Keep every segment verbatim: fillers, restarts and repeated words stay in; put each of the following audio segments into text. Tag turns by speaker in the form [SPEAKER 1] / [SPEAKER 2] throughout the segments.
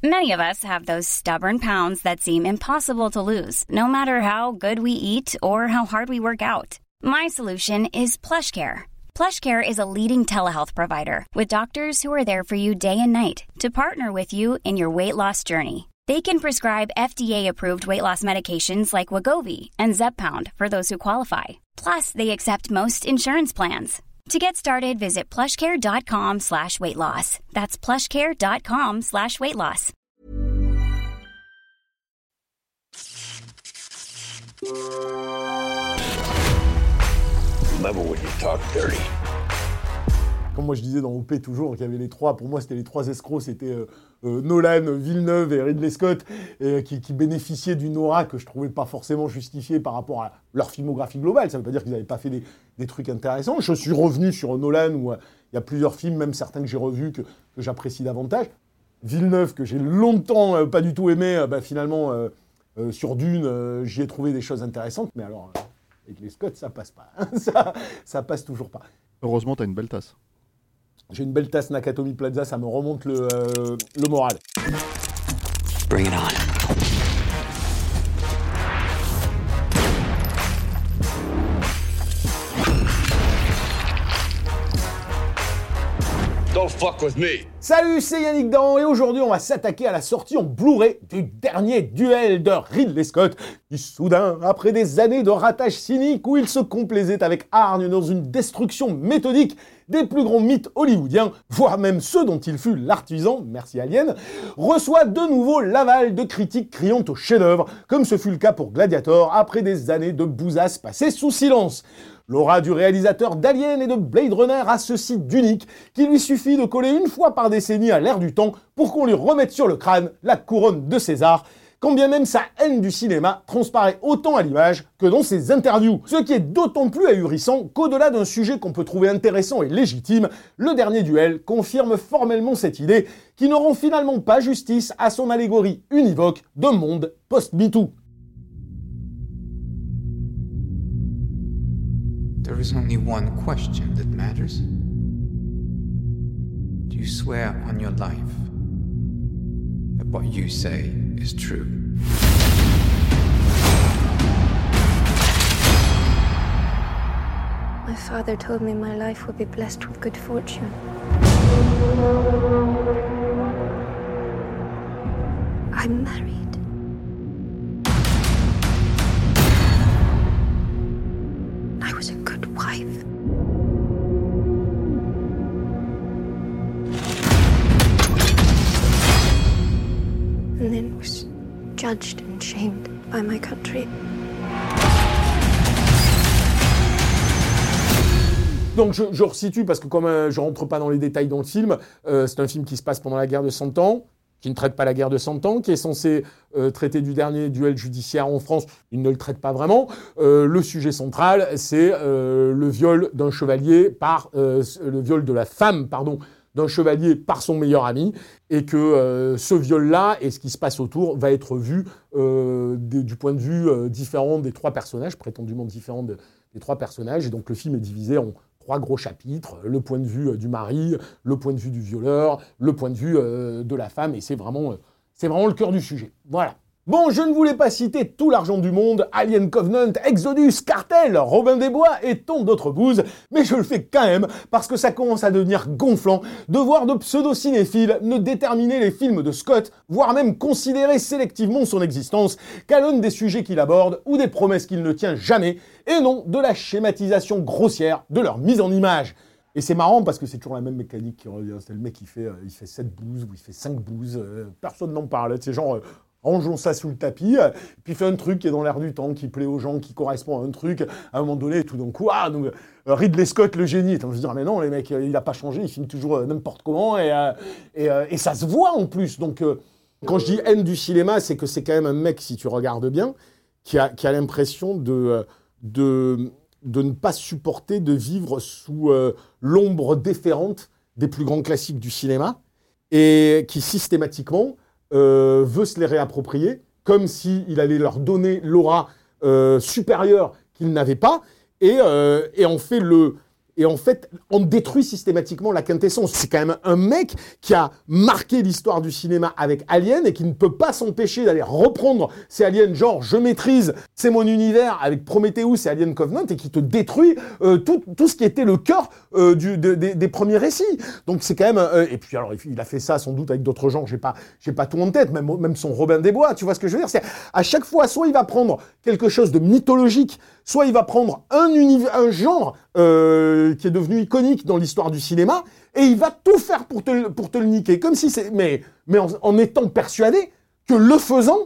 [SPEAKER 1] Many of us have those stubborn pounds that seem impossible to lose, no matter how good we eat or how hard we work out. My solution is PlushCare. PlushCare is a leading telehealth provider with doctors who are there for you day and night to partner with you in your weight loss journey. They can prescribe F D A-approved weight loss medications like Wegovy and Zepbound for those who qualify. Plus, they accept most insurance plans. To get started, visit plushcare.com slash weight loss. That's plushcare.com slash weight loss.
[SPEAKER 2] Never when you talk dirty.
[SPEAKER 3] Comme moi je disais dans O P toujours, qu'il y avait les trois, pour moi c'était les trois escrocs, c'était euh, euh, Nolan, Villeneuve et Ridley Scott, et, euh, qui, qui bénéficiaient d'une aura que je trouvais pas forcément justifiée par rapport à leur filmographie globale. Ça veut pas dire qu'ils n'avaient pas fait des, des trucs intéressants. Je suis revenu sur Nolan, où il euh, y a plusieurs films, même certains que j'ai revus, que, que j'apprécie davantage. Villeneuve, que j'ai longtemps euh, pas du tout aimé, euh, bah, finalement, euh, euh, sur Dune, euh, j'y ai trouvé des choses intéressantes, mais alors, euh, avec les Scott, ça passe pas. ça, ça passe toujours pas.
[SPEAKER 4] Heureusement, t'as une belle tasse.
[SPEAKER 3] J'ai une belle tasse Nakatomi Plaza, ça me remonte le, euh, le moral.
[SPEAKER 2] Bring it on. Don't fuck with me.
[SPEAKER 3] Salut, c'est Yannick Dan, et aujourd'hui on va s'attaquer à la sortie en Blu-ray du dernier duel de Ridley Scott, qui soudain, après des années de ratage cynique où il se complaisait avec hargne dans une destruction méthodique des plus grands mythes hollywoodiens, voire même ceux dont il fut l'artisan, merci Alien, reçoit de nouveau l'aval de critiques criant au chef-d'œuvre, comme ce fut le cas pour Gladiator après des années de bousasse passées sous silence. L'aura du réalisateur d'Alien et de Blade Runner a ceci d'unique qu'il lui suffit de coller une fois par décennie à l'ère du temps pour qu'on lui remette sur le crâne la couronne de César, quand bien même sa haine du cinéma transparaît autant à l'image que dans ses interviews. Ce qui est d'autant plus ahurissant qu'au-delà d'un sujet qu'on peut trouver intéressant et légitime, le dernier duel confirme formellement cette idée qui ne rend finalement pas justice à son allégorie univoque d'un monde post-MeToo.
[SPEAKER 5] There is only one question that matters. Do you swear on your life that what you say is true?
[SPEAKER 6] My father told me my life would be blessed with good fortune. I'm married. I was a good wife. And then was judged and shamed by my country.
[SPEAKER 3] Donc je, je resitue parce que comme euh, je rentre pas dans les détails dans le film, euh, c'est un film qui se passe pendant la guerre de Cent Ans, qui ne traite pas la guerre de Cent Ans, qui est censé euh, traiter du dernier duel judiciaire en France. Il ne le traite pas vraiment. Euh, le sujet central, c'est euh, le viol d'un chevalier par euh, le viol de la femme, pardon, d'un chevalier par son meilleur ami, et que euh, ce viol-là et ce qui se passe autour va être vu euh, des, du point de vue euh, différent des trois personnages, prétendument différents de, des trois personnages. Et donc le film est divisé en trois gros chapitres, le point de vue euh, du mari, le point de vue du violeur, le point de vue euh, de la femme, et c'est vraiment, euh, c'est vraiment le cœur du sujet. Voilà. Bon, je ne voulais pas citer tout l'argent du monde, Alien Covenant, Exodus, Cartel, Robin des Bois et tant d'autres bouses, mais je le fais quand même parce que ça commence à devenir gonflant de voir de pseudo-cinéphiles ne déterminer les films de Scott, voire même considérer sélectivement son existence qu'à l'aune des sujets qu'il aborde ou des promesses qu'il ne tient jamais, et non de la schématisation grossière de leur mise en image. Et c'est marrant parce que c'est toujours la même mécanique qui revient. C'est le mec qui fait, euh, il fait sept bouses ou il fait cinq bouses, euh, personne n'en parle. C'est genre... Euh, rangeons ça sous le tapis, puis fait un truc qui est dans l'air du temps, qui plaît aux gens, qui correspond à un truc, à un moment donné, et tout d'un coup, ah, donc, Ridley Scott, le génie. Je me dis, mais non, les mecs, il n'a pas changé, il filme toujours n'importe comment, et, et, et ça se voit en plus. Donc, quand je dis haine du cinéma, c'est que c'est quand même un mec, si tu regardes bien, qui a, qui a l'impression de, de, de ne pas supporter de vivre sous euh, l'ombre déférente des plus grands classiques du cinéma, et qui systématiquement... Euh, veut se les réapproprier, comme s'il allait leur donner l'aura euh, supérieure qu'ils n'avaient pas, et, euh, et en fait le, et en fait, on détruit systématiquement la quintessence. C'est quand même un mec qui a marqué l'histoire du cinéma avec Alien et qui ne peut pas s'empêcher d'aller reprendre ces aliens, genre je maîtrise, c'est mon univers, avec Prometheus et Alien Covenant, et qui te détruit euh, tout, tout ce qui était le cœur euh, du, de, de, des premiers récits. Donc c'est quand même... Euh, et puis alors, il a fait ça sans doute avec d'autres genres, j'ai pas, j'ai pas tout en tête, même, même son Robin des Bois, tu vois ce que je veux dire? C'est à chaque fois, soit il va prendre quelque chose de mythologique, soit il va prendre un, univers, un genre euh, qui est devenu iconique dans l'histoire du cinéma, et il va tout faire pour te, pour te le niquer, comme si c'est, mais, mais en, en étant persuadé que le faisant,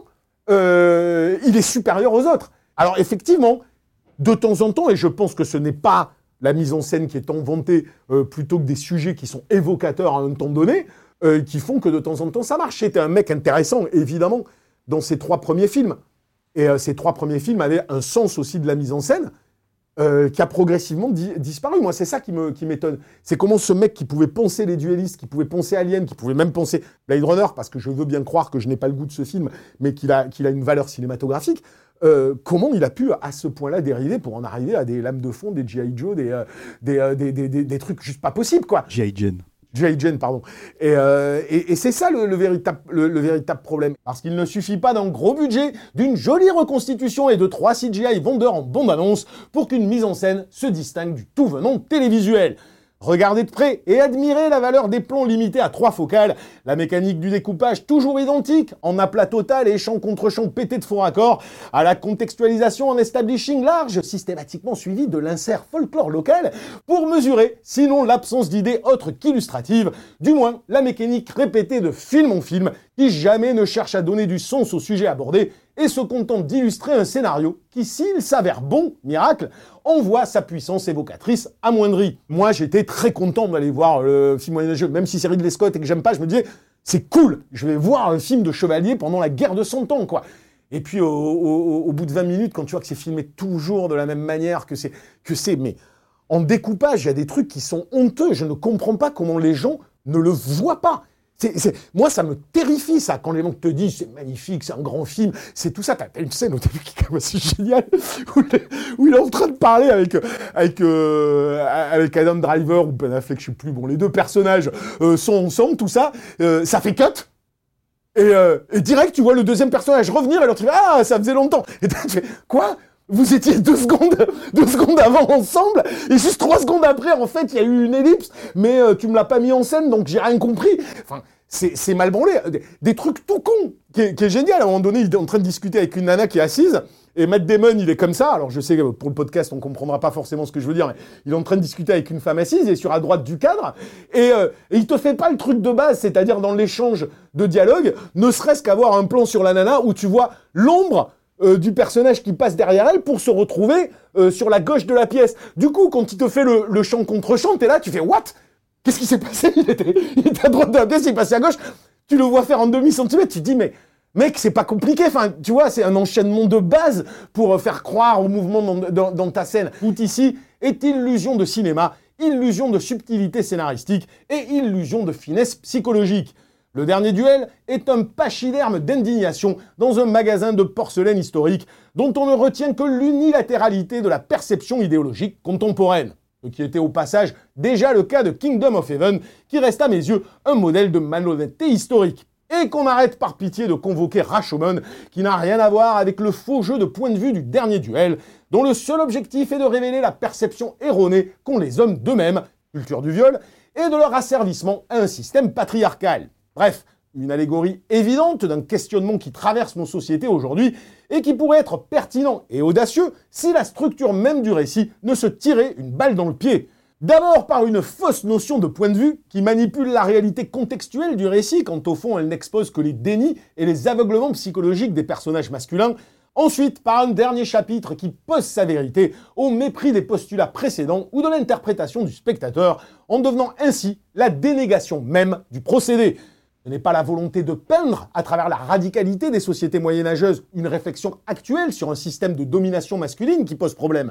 [SPEAKER 3] euh, il est supérieur aux autres. Alors effectivement, de temps en temps, et je pense que ce n'est pas la mise en scène qui est tant vantée, euh, plutôt que des sujets qui sont évocateurs à un temps donné, euh, qui font que de temps en temps ça marche. C'était un mec intéressant, évidemment, dans ses trois premiers films. Et euh, ces trois premiers films avaient un sens aussi de la mise en scène euh, qui a progressivement di- disparu. Moi, c'est ça qui, me, qui m'étonne. C'est comment ce mec qui pouvait penser les duellistes, qui pouvait penser Alien, qui pouvait même penser Blade Runner, parce que je veux bien croire que je n'ai pas le goût de ce film, mais qu'il a, qu'il a une valeur cinématographique, euh, comment il a pu à ce point-là dériver pour en arriver à des lames de fond, des G I. Joe, des, euh, des, euh, des, des, des, des trucs juste pas possibles, quoi.
[SPEAKER 4] G I. Jane.
[SPEAKER 3] G I. Jane, pardon. Et, euh, et, et c'est ça le, le, véritable, le, le véritable problème. Parce qu'il ne suffit pas d'un gros budget, d'une jolie reconstitution et de trois C G I vendeurs en bande-annonce pour qu'une mise en scène se distingue du tout venant télévisuel. Regardez de près et admirez la valeur des plans limités à trois focales, la mécanique du découpage toujours identique, en aplat total et champ contre champ pété de faux raccords, à la contextualisation en establishing large, systématiquement suivi de l'insert folklore local, pour mesurer, sinon l'absence d'idées autres qu'illustratives, du moins la mécanique répétée de film en film, qui jamais ne cherche à donner du sens au sujet abordé, et se contente d'illustrer un scénario qui, s'il s'avère bon, miracle, envoie sa puissance évocatrice amoindrie. Moi, j'étais très content d'aller voir le film moyenâgeux, même si c'est Ridley Scott et que j'aime pas, je me disais, c'est cool, je vais voir un film de chevalier pendant la guerre de Cent Ans, quoi. Et puis, au, au, au bout de vingt minutes, quand tu vois que c'est filmé toujours de la même manière, que c'est, que c'est, mais en découpage, il y a des trucs qui sont honteux, je ne comprends pas comment les gens ne le voient pas. C'est, c'est, moi, ça me terrifie, ça, quand les gens te disent c'est magnifique, c'est un grand film, c'est tout ça. T'as, t'as une scène au début qui est quand même assez géniale, où il est, où il est en train de parler avec, avec, euh, avec Adam Driver ou Ben Affleck, je sais plus, bon, les deux personnages euh, sont ensemble, tout ça, euh, ça fait cut. Et, euh, et direct, tu vois le deuxième personnage revenir et l'autre, ah, ça faisait longtemps. Et tu fais, quoi ? Vous étiez deux secondes, deux secondes avant ensemble, et juste trois secondes après, en fait, il y a eu une ellipse, mais euh, tu me l'as pas mis en scène, donc j'ai rien compris. Enfin, c'est, c'est mal branlé. Des, des trucs tout cons, qui est, qui est génial. À un moment donné, il est en train de discuter avec une nana qui est assise, et Matt Damon, il est comme ça. Alors, je sais que pour le podcast, on comprendra pas forcément ce que je veux dire, mais il est en train de discuter avec une femme assise, et sur à droite du cadre, et, euh, et il te fait pas le truc de base, c'est-à-dire dans l'échange de dialogue, ne serait-ce qu'avoir un plan sur la nana où tu vois l'ombre Euh, du personnage qui passe derrière elle pour se retrouver euh, sur la gauche de la pièce. Du coup, quand il te fait le, le champ contre champ, t'es là, tu fais « What ? Qu'est-ce qui s'est passé ?» il était, il était à droite de la pièce, il est passé à gauche. Tu le vois faire en demi-centimètre, tu te dis « Mais mec, c'est pas compliqué. » Enfin, tu vois, c'est un enchaînement de base pour euh, faire croire au mouvement dans, dans, dans ta scène. Tout ici est illusion de cinéma, illusion de subtilité scénaristique et illusion de finesse psychologique. Le dernier duel est un pachyderme d'indignation dans un magasin de porcelaine historique dont on ne retient que l'unilatéralité de la perception idéologique contemporaine. Ce qui était au passage déjà le cas de Kingdom of Heaven, qui reste à mes yeux un modèle de malhonnêteté historique. Et qu'on arrête par pitié de convoquer Rashomon, qui n'a rien à voir avec le faux jeu de point de vue du dernier duel, dont le seul objectif est de révéler la perception erronée qu'ont les hommes d'eux-mêmes, culture du viol, et de leur asservissement à un système patriarcal. Bref, une allégorie évidente d'un questionnement qui traverse nos sociétés aujourd'hui et qui pourrait être pertinent et audacieux si la structure même du récit ne se tirait une balle dans le pied. D'abord par une fausse notion de point de vue qui manipule la réalité contextuelle du récit quand au fond elle n'expose que les dénis et les aveuglements psychologiques des personnages masculins. Ensuite, par un dernier chapitre qui pose sa vérité au mépris des postulats précédents ou de l'interprétation du spectateur, en devenant ainsi la dénégation même du procédé. Ce n'est pas la volonté de peindre, à travers la radicalité des sociétés moyenâgeuses, une réflexion actuelle sur un système de domination masculine qui pose problème.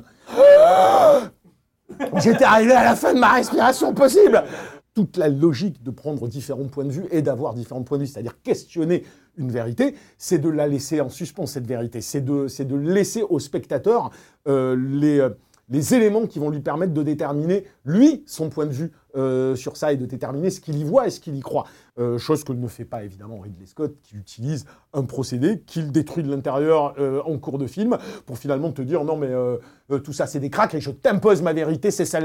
[SPEAKER 3] J'étais arrivé à la fin de ma respiration possible. Toute la logique de prendre différents points de vue et d'avoir différents points de vue, c'est-à-dire questionner une vérité, c'est de la laisser en suspens, cette vérité. C'est de, c'est de laisser au spectateur euh, les... Euh, les éléments qui vont lui permettre de déterminer, lui, son point de vue euh, sur ça et de déterminer ce qu'il y voit et ce qu'il y croit. Euh, chose que ne fait pas, évidemment, Ridley Scott, qui utilise un procédé qu'il détruit de l'intérieur euh, en cours de film pour finalement te dire « Non, mais euh, euh, tout ça, c'est des cracks et je t'impose ma vérité, c'est celle-là ».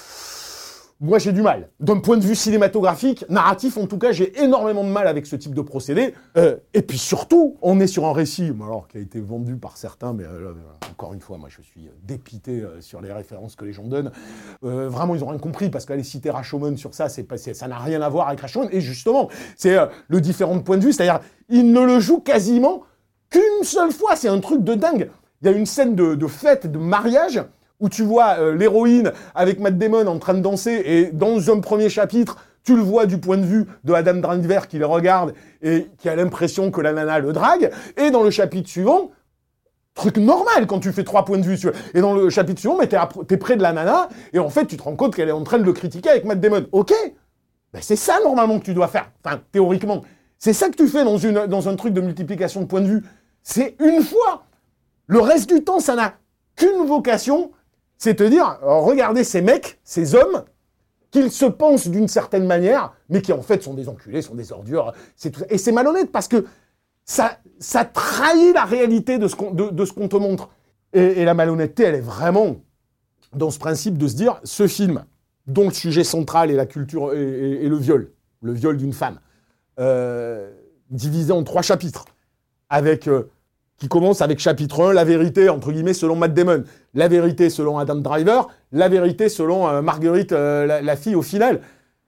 [SPEAKER 3] Moi, j'ai du mal. D'un point de vue cinématographique, narratif, en tout cas, j'ai énormément de mal avec ce type de procédé. Euh, et puis surtout, on est sur un récit, alors qui a été vendu par certains, mais euh, encore une fois, moi, je suis dépité euh, sur les références que les gens donnent. Euh, vraiment, ils n'ont rien compris, parce qu'aller citer Rashomon sur ça, c'est pas, c'est, ça n'a rien à voir avec Rashomon. Et justement, c'est euh, le différent de point de vue, c'est-à-dire, il ne le joue quasiment qu'une seule fois. C'est un truc de dingue. Il y a une scène de, de fête, de mariage, où tu vois euh, l'héroïne avec Matt Damon en train de danser, et dans un premier chapitre, tu le vois du point de vue de Adam Driver qui le regarde et qui a l'impression que la nana le drague, et dans le chapitre suivant, truc normal quand tu fais trois points de vue, et dans le chapitre suivant, mais t'es, à, t'es près de la nana, et en fait, tu te rends compte qu'elle est en train de le critiquer avec Matt Damon. Ok, ben, c'est ça normalement que tu dois faire, enfin, théoriquement. C'est ça que tu fais dans, une, dans un truc de multiplication de points de vue. C'est une fois. Le reste du temps, ça n'a qu'une vocation, c'est te dire, regardez ces mecs, ces hommes, qu'ils se pensent d'une certaine manière, mais qui en fait sont des enculés, sont des ordures. C'est tout ça. Et c'est malhonnête parce que ça, ça trahit la réalité de ce qu'on, de, de ce qu'on te montre. Et, et la malhonnêteté, elle est vraiment dans ce principe de se dire, ce film, dont le sujet central est la culture et, et, et le viol, le viol d'une femme, euh, divisé en trois chapitres, avec... Euh, qui commence avec chapitre un, la vérité, entre guillemets, selon Matt Damon, la vérité selon Adam Driver, la vérité selon euh, Marguerite, euh, la, la fille au final.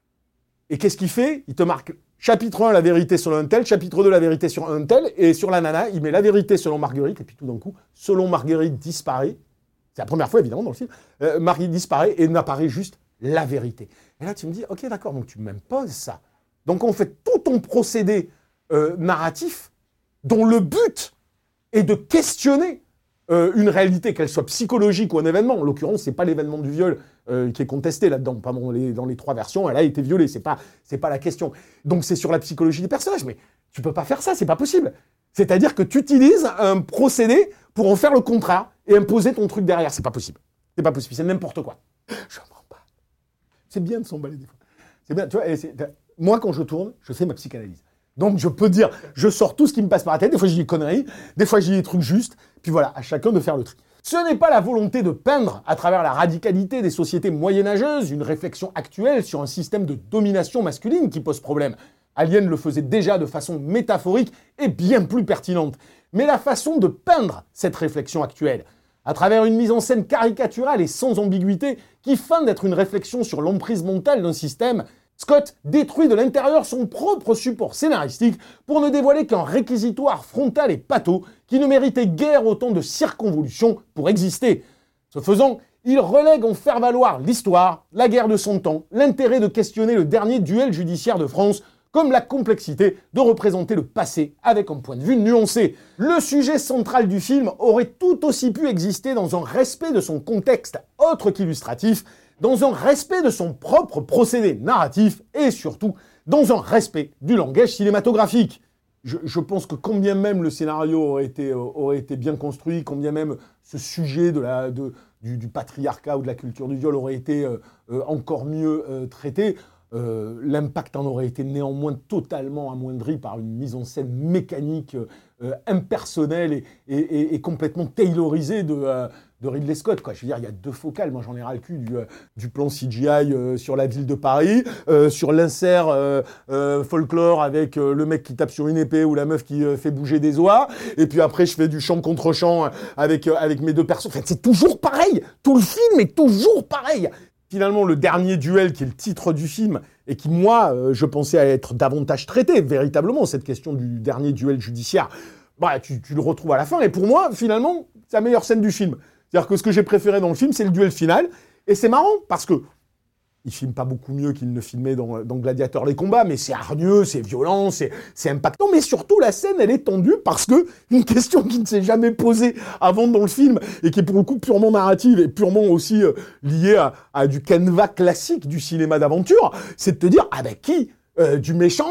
[SPEAKER 3] Et qu'est-ce qu'il fait ? Il te marque chapitre un, la vérité selon un tel, chapitre deux, la vérité sur un tel, et sur la nana, il met la vérité selon Marguerite, et puis tout d'un coup, selon Marguerite disparaît, c'est la première fois évidemment dans le film, euh, Marguerite disparaît et n'apparaît juste la vérité. Et là tu me dis, ok d'accord, donc tu m'imposes ça. Donc on fait tout ton procédé euh, narratif, dont le but et de questionner euh, une réalité, qu'elle soit psychologique ou un événement. En l'occurrence, c'est pas l'événement du viol euh, qui est contesté là-dedans. Pardon, dans les, dans les trois versions, elle a été violée. C'est pas, c'est pas la question. Donc c'est sur la psychologie des personnages. Mais tu peux pas faire ça, c'est pas possible. C'est-à-dire que tu utilises un procédé pour en faire le contraire et imposer ton truc derrière. C'est pas possible. C'est pas possible. C'est n'importe quoi. Je m'en bats. C'est bien de s'emballer des fois. C'est bien. Tu vois, c'est, moi, quand je tourne, je fais ma psychanalyse. Donc, je peux dire, je sors tout ce qui me passe par la tête. Des fois, je dis des conneries. Des fois, je dis des trucs justes. Puis voilà, à chacun de faire le tri. Ce n'est pas la volonté de peindre, à travers la radicalité des sociétés moyenâgeuses, une réflexion actuelle sur un système de domination masculine qui pose problème. Alien le faisait déjà de façon métaphorique et bien plus pertinente. Mais la façon de peindre cette réflexion actuelle, à travers une mise en scène caricaturale et sans ambiguïté, qui feint d'être une réflexion sur l'emprise mentale d'un système, Scott détruit de l'intérieur son propre support scénaristique pour ne dévoiler qu'un réquisitoire frontal et pâteau qui ne méritait guère autant de circonvolutions pour exister. Ce faisant, il relègue en faire valoir l'histoire, la guerre de Cent Ans, l'intérêt de questionner le dernier duel judiciaire de France, comme la complexité de représenter le passé avec un point de vue nuancé. Le sujet central du film aurait tout aussi pu exister dans un respect de son contexte autre qu'illustratif, dans un respect de son propre procédé narratif et surtout dans un respect du langage cinématographique. Je, je pense que quand bien même le scénario aurait été, euh, aurait été bien construit, quand bien même ce sujet de la, de, du, du patriarcat ou de la culture du viol aurait été euh, euh, encore mieux euh, traité, euh, l'impact en aurait été néanmoins totalement amoindri par une mise en scène mécanique, euh, impersonnelle et, et, et, et complètement taylorisée de... Euh, de Ridley Scott, quoi. Je veux dire, il y a deux focales. Moi, j'en ai ras le cul du, euh, du plan C G I euh, sur la ville de Paris, euh, sur l'insert euh, euh, folklore avec euh, le mec qui tape sur une épée ou la meuf qui euh, fait bouger des oies. Et puis après, je fais du chant contre chant avec, euh, avec mes deux persos. Enfin, c'est toujours pareil. Tout le film est toujours pareil. Finalement, le dernier duel, qui est le titre du film, et qui, moi, euh, je pensais à être davantage traité, véritablement, cette question du dernier duel judiciaire, bah, tu, tu le retrouves à la fin. Et pour moi, finalement, c'est la meilleure scène du film. C'est-à-dire que ce que j'ai préféré dans le film, c'est le duel final. Et c'est marrant, parce que il filme pas beaucoup mieux qu'il ne filmait dans, dans Gladiator les combats, mais c'est hargneux, c'est violent, c'est, c'est impactant. Mais surtout, la scène, elle est tendue parce que une question qui ne s'est jamais posée avant dans le film, et qui est pour le coup purement narrative et purement aussi euh, liée à, à du canevas classique du cinéma d'aventure, c'est de te dire, ah ben qui euh, du méchant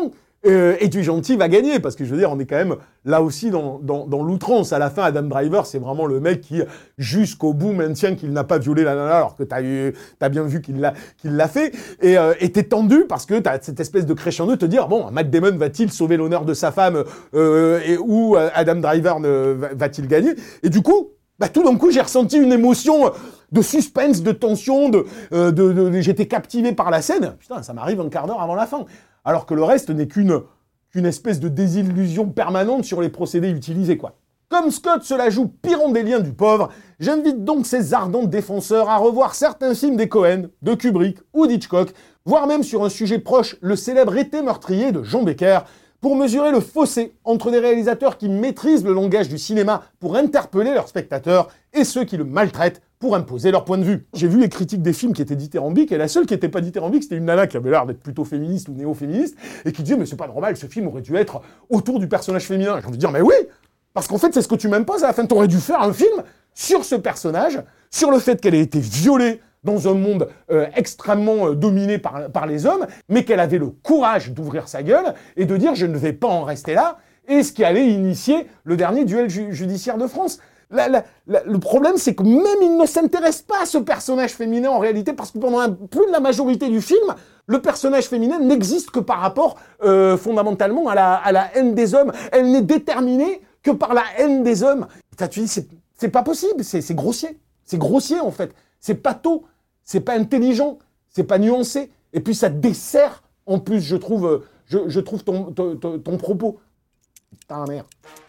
[SPEAKER 3] euh, es-tu gentil va gagner, parce que je veux dire, on est quand même là aussi dans, dans, dans l'outrance. À la fin, Adam Driver, c'est vraiment le mec qui, jusqu'au bout, maintient qu'il n'a pas violé la nana, alors que t'as eu, t'as bien vu qu'il l'a, qu'il l'a fait, et euh, et t'es tendu parce que t'as cette espèce de crescendo de te dire, bon, Matt Damon va-t-il sauver l'honneur de sa femme, euh, et ou Adam Driver ne, va-t-il gagner? Et du coup, bah tout d'un coup, j'ai ressenti une émotion de suspense, de tension, de, euh, de, de, de j'étais captivé par la scène. Putain, ça m'arrive un quart d'heure avant la fin. Alors que le reste n'est qu'une qu'une espèce de désillusion permanente sur les procédés utilisés, quoi. Comme Scott se la joue pyrondélien du pauvre, j'invite donc ces ardents défenseurs à revoir certains films des Coen, de Kubrick ou d'Hitchcock, voire même sur un sujet proche, le célèbre Été meurtrier de Jean Becker, pour mesurer le fossé entre des réalisateurs qui maîtrisent le langage du cinéma pour interpeller leurs spectateurs et ceux qui le maltraitent pour imposer leur point de vue. J'ai vu les critiques des films qui étaient dithyrambiques, et la seule qui n'était pas dithyrambique, c'était une nana qui avait l'air d'être plutôt féministe ou néo-féministe, et qui disait « mais c'est pas normal, ce film aurait dû être autour du personnage féminin ». J'ai envie de dire « mais oui !» Parce qu'en fait, c'est ce que tu m'imposes à la fin. T'aurais dû faire un film sur ce personnage, sur le fait qu'elle ait été violée dans un monde euh, extrêmement euh, dominé par, par les hommes, mais qu'elle avait le courage d'ouvrir sa gueule et de dire « je ne vais pas en rester là », et ce qui allait initier le dernier duel ju- judiciaire de France. La, la, la, le problème, c'est que même il ne s'intéresse pas à ce personnage féminin en réalité, parce que pendant un, plus de la majorité du film, le personnage féminin n'existe que par rapport euh, fondamentalement à la, à la haine des hommes. Elle n'est déterminée que par la haine des hommes. Enfin, tu dis, c'est, c'est pas possible, c'est, c'est grossier. C'est grossier en fait. C'est pâteau, c'est pas intelligent, c'est pas nuancé. Et puis ça dessert, en plus, je trouve, je, je trouve ton, ton, ton, ton propos. Putain, merde.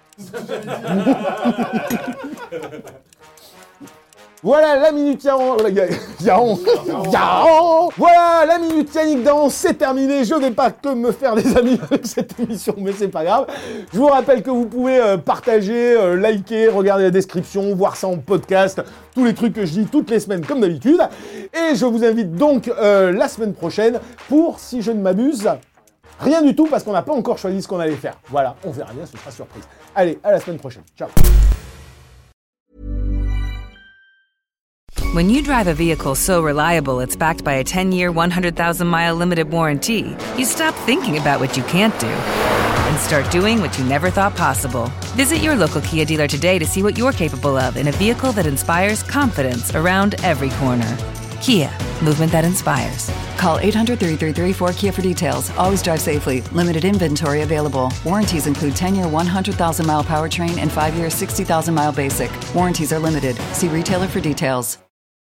[SPEAKER 3] Voilà la minute Yaron, Yaron, Yaron. Voilà la minute Yannick Dahan, c'est terminé. Je vais pas que me faire des amis avec cette émission, mais c'est pas grave. Je vous rappelle que vous pouvez euh, partager, euh, liker, regarder la description, voir ça en podcast, tous les trucs que je dis toutes les semaines comme d'habitude. Et je vous invite donc euh, la semaine prochaine pour, si je ne m'abuse, rien du tout, parce qu'on n'a pas encore choisi ce qu'on allait faire. Voilà, on verra bien, ce sera surprise. Allez, à la semaine prochaine. Ciao.
[SPEAKER 4] When you drive a vehicle so reliable it's backed by a ten-year, one hundred thousand mile limited warranty, you stop thinking about what you can't do and start doing what you never thought possible. Visit your local Kia dealer today to see what you're capable of in a vehicle that inspires confidence around every corner. Kia, movement that inspires.
[SPEAKER 7] Call eight hundred, three three three, four Kia for details. Always drive safely. Limited inventory available. Warranties include ten-year, one hundred thousand mile powertrain and five-year, sixty thousand mile basic. Warranties are limited. See retailer for details.